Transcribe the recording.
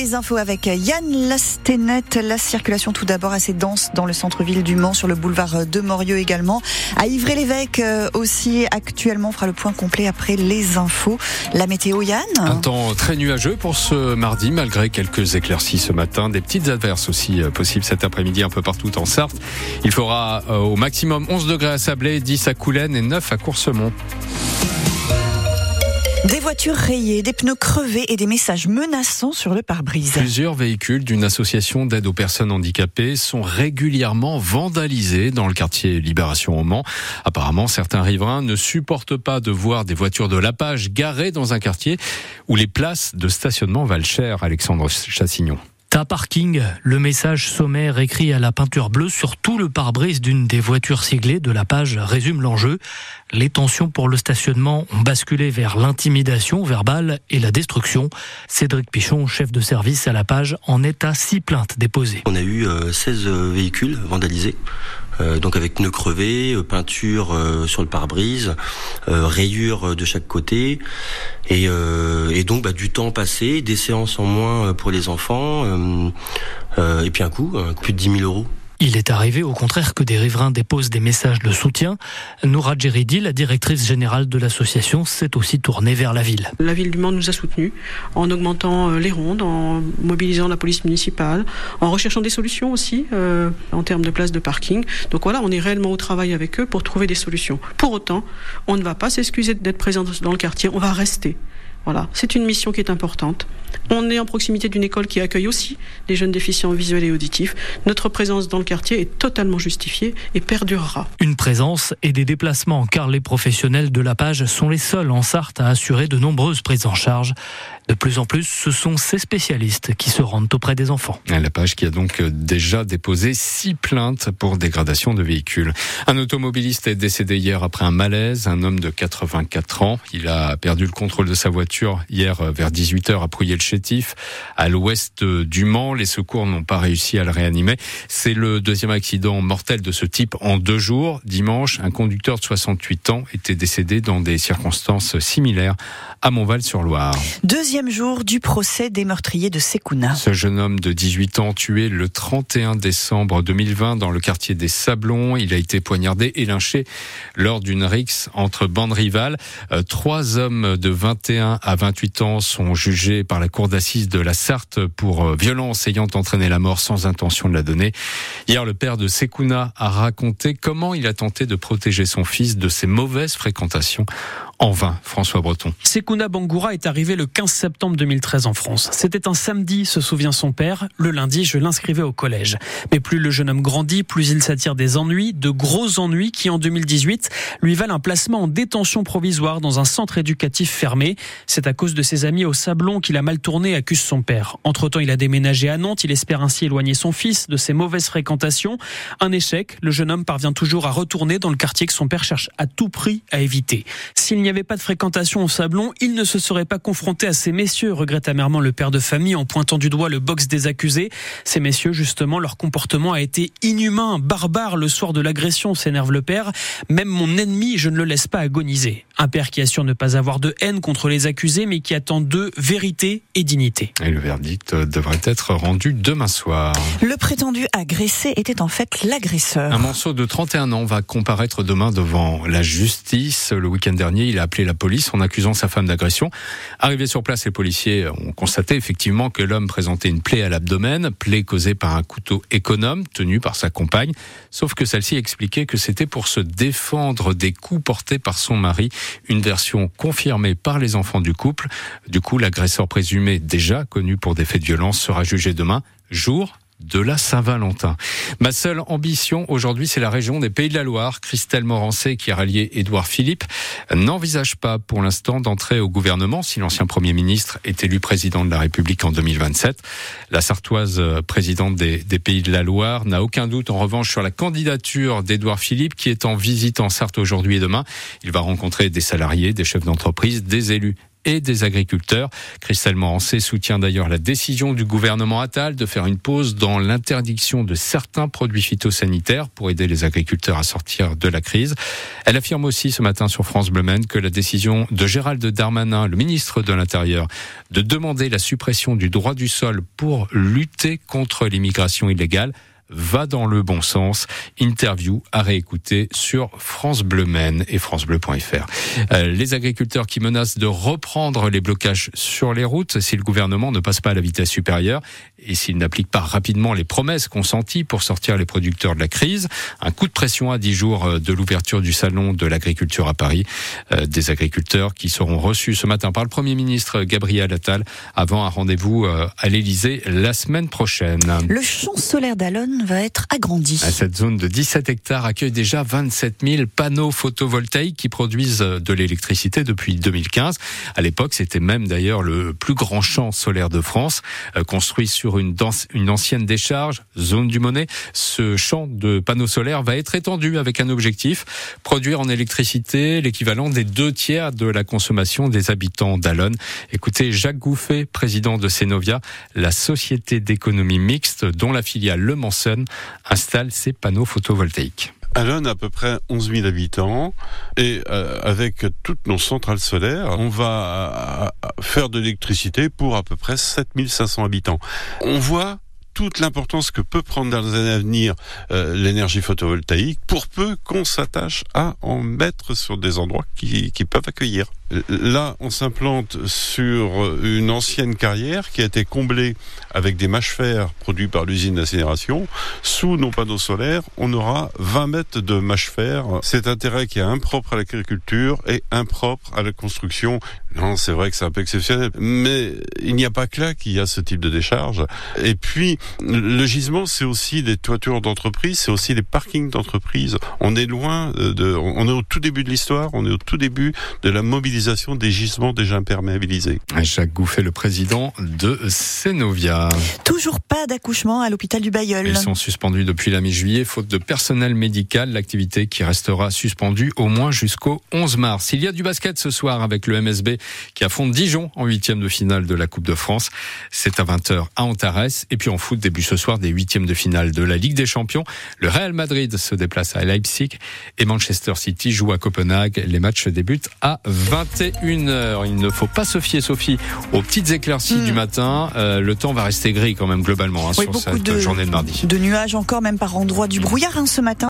les infos avec Yann Lastenet. La circulation tout d'abord assez dense dans le centre-ville du Mans, sur le boulevard de Morieux également. À Ivry-l'Évêque aussi actuellement, on fera le point complet après les infos. La météo, Yann ? Un temps très nuageux pour ce mardi, malgré quelques éclaircies ce matin. Des petites averses aussi possibles cet après-midi un peu partout en Sarthe. Il fera au maximum 11 degrés à Sablé, 10 à Coulennes et 9 à Coursemont. Des voitures rayées, des pneus crevés et des messages menaçants sur le pare-brise. Plusieurs véhicules d'une association d'aide aux personnes handicapées sont régulièrement vandalisés dans le quartier Libération au Mans. Apparemment, certains riverains ne supportent pas de voir des voitures de Lapage garées dans un quartier où les places de stationnement valent cher. Alexandre Chassignon. Tas parking, le message sommaire écrit à la peinture bleue sur tout le pare-brise d'une des voitures siglées de Lapage résume l'enjeu. Les tensions pour le stationnement ont basculé vers l'intimidation verbale et la destruction. Cédric Pichon, chef de service à Lapage, en est à 6 plaintes déposées. On a eu 16 véhicules vandalisés. Donc avec pneus crevés, peinture sur le pare-brise, rayures de chaque côté, et donc du temps passé, des séances en moins pour les enfants, et puis un coût, plus de 10 000 euros. Il est arrivé au contraire que des riverains déposent des messages de soutien. Noura Djeridi, la directrice générale de l'association, s'est aussi tournée vers la ville. La ville du Mans nous a soutenus en augmentant les rondes, en mobilisant la police municipale, en recherchant des solutions aussi en termes de places de parking. Donc voilà, on est réellement au travail avec eux pour trouver des solutions. Pour autant, on ne va pas s'excuser d'être présent dans le quartier, on va rester. Voilà, c'est une mission qui est importante. On est en proximité d'une école qui accueille aussi des jeunes déficients visuels et auditifs. Notre présence dans le quartier est totalement justifiée et perdurera. Une présence et des déplacements, car les professionnels de Lapage sont les seuls en Sarthe à assurer de nombreuses prises en charge. De plus en plus, ce sont ces spécialistes qui se rendent auprès des enfants. Lapage qui a donc déjà déposé 6 plaintes pour dégradation de véhicules. Un automobiliste est décédé hier après un malaise. Un homme de 84 ans. Il a perdu le contrôle de sa voiture hier vers 18h à Prouillé-le-Chétif, à l'ouest du Mans. Les secours n'ont pas réussi à le réanimer. C'est le deuxième accident mortel de ce type en 2 jours. Dimanche, un conducteur de 68 ans était décédé dans des circonstances similaires à Montval-sur-Loire. Deuxième jour du procès des meurtriers de Sékouna. Ce jeune homme de 18 ans tué le 31 décembre 2020 dans le quartier des Sablons. Il a été poignardé et lynché lors d'une rixe entre bandes rivales. 3 hommes de 21 à 28 ans sont jugés par la cour d'assises de la Sarthe pour violence ayant entraîné la mort sans intention de la donner. Hier, le père de Sékouna a raconté comment il a tenté de protéger son fils de ses mauvaises fréquentations. En vain, François Breton. Sékouna Bangoura est arrivé le 15 septembre 2013 en France. C'était un samedi, se souvient son père. Le lundi, je l'inscrivais au collège. Mais plus le jeune homme grandit, plus il s'attire des ennuis, de gros ennuis qui, en 2018, lui valent un placement en détention provisoire dans un centre éducatif fermé. C'est à cause de ses amis au Sablon qu'il a mal tourné, accuse son père. Entre-temps, il a déménagé à Nantes. Il espère ainsi éloigner son fils de ses mauvaises fréquentations. Un échec, le jeune homme parvient toujours à retourner dans le quartier que son père cherche à tout prix à éviter. S'il n'y avait pas de fréquentation au Sablon, il ne se serait pas confronté à ces messieurs, regrette amèrement le père de famille en pointant du doigt le box des accusés. Ces messieurs, justement, leur comportement a été inhumain, barbare le soir de l'agression, s'énerve le père. Même mon ennemi, je ne le laisse pas agoniser. Un père qui assure ne pas avoir de haine contre les accusés, mais qui attend d'eux vérité et dignité. Et le verdict devrait être rendu demain soir. Le prétendu agressé était en fait l'agresseur. Un manceau de 31 ans va comparaître demain devant la justice. Le week-end dernier, il a appelé la police en accusant sa femme d'agression. Arrivés sur place, les policiers ont constaté effectivement que l'homme présentait une plaie à l'abdomen, plaie causée par un couteau économe tenu par sa compagne. Sauf que celle-ci expliquait que c'était pour se défendre des coups portés par son mari. Une version confirmée par les enfants du couple. Du coup, l'agresseur présumé, déjà connu pour des faits de violence, sera jugé demain, jour de la Saint-Valentin. Ma seule ambition aujourd'hui, c'est la région des Pays de la Loire. Christelle Morancé, qui a rallié Édouard Philippe, n'envisage pas pour l'instant d'entrer au gouvernement si l'ancien Premier ministre est élu président de la République en 2027. La Sartoise présidente des Pays de la Loire n'a aucun doute en revanche sur la candidature d'Édouard Philippe, qui est en visite en Sarthe aujourd'hui et demain. Il va rencontrer des salariés, des chefs d'entreprise, des élus et des agriculteurs. Christelle Morancé soutient d'ailleurs la décision du gouvernement Attal de faire une pause dans l'interdiction de certains produits phytosanitaires pour aider les agriculteurs à sortir de la crise. Elle affirme aussi ce matin sur France Bleu Maine que la décision de Gérald Darmanin, le ministre de l'Intérieur, de demander la suppression du droit du sol pour lutter contre l'immigration illégale va dans le bon sens. Interview à réécouter sur France Bleu Maine et francebleu.fr. Les agriculteurs qui menacent de reprendre les blocages sur les routes si le gouvernement ne passe pas à la vitesse supérieure et s'il n'applique pas rapidement les promesses consenties pour sortir les producteurs de la crise. Un coup de pression à 10 jours de l'ouverture du salon de l'agriculture à Paris. Des agriculteurs qui seront reçus ce matin par le Premier ministre Gabriel Attal avant un rendez-vous à l'Élysée la semaine prochaine. Le champ solaire d'Allonne va être agrandi. Cette zone de 17 hectares accueille déjà 27 000 panneaux photovoltaïques qui produisent de l'électricité depuis 2015. À l'époque, c'était même d'ailleurs le plus grand champ solaire de France, construit sur une ancienne décharge, zone du Monet. Ce champ de panneaux solaires va être étendu avec un objectif, produire en électricité l'équivalent des 2/3 de la consommation des habitants d'Allonne. Écoutez Jacques Gouffet, président de Cenovia, la société d'économie mixte dont la filiale Le Manson installe ces panneaux photovoltaïques. Allonne a à peu près 11 000 habitants et avec toutes nos centrales solaires, on va faire de l'électricité pour à peu près 7 500 habitants. On voit toute l'importance que peut prendre dans les années à venir l'énergie photovoltaïque pour peu qu'on s'attache à en mettre sur des endroits qui peuvent accueillir. Là, on s'implante sur une ancienne carrière qui a été comblée avec des mâches-fer produits par l'usine d'incinération. Sous nos panneaux solaires, on aura 20 mètres de mâches-fer. Cet intérêt qui est impropre à l'agriculture et impropre à la construction. Non, c'est vrai que c'est un peu exceptionnel, mais il n'y a pas que là qu'il y a ce type de décharge. Et puis, le gisement, c'est aussi des toitures d'entreprise, c'est aussi des parkings d'entreprise. On est loin on est au tout début de l'histoire, on est au tout début de la mobilisation des gisements déjà imperméabilisés. Jacques Gouffet, le président de Cenovia. Toujours pas d'accouchement à l'hôpital du Bailleul. Ils sont suspendus depuis la mi-juillet, faute de personnel médical. L'activité qui restera suspendue au moins jusqu'au 11 mars. Il y a du basket ce soir avec le MSB qui affronte Dijon en 8e de finale de la Coupe de France. C'est à 20h à Antares. Et puis en foot, début ce soir des 8e de finale de la Ligue des Champions. Le Real Madrid se déplace à Leipzig et Manchester City joue à Copenhague. Les matchs débutent à 21h. Il ne faut pas se fier, Sophie, aux petites éclaircies du matin. Le temps va rester gris quand même globalement sur cette journée de mardi. De nuages encore, même par endroits du brouillard ce matin.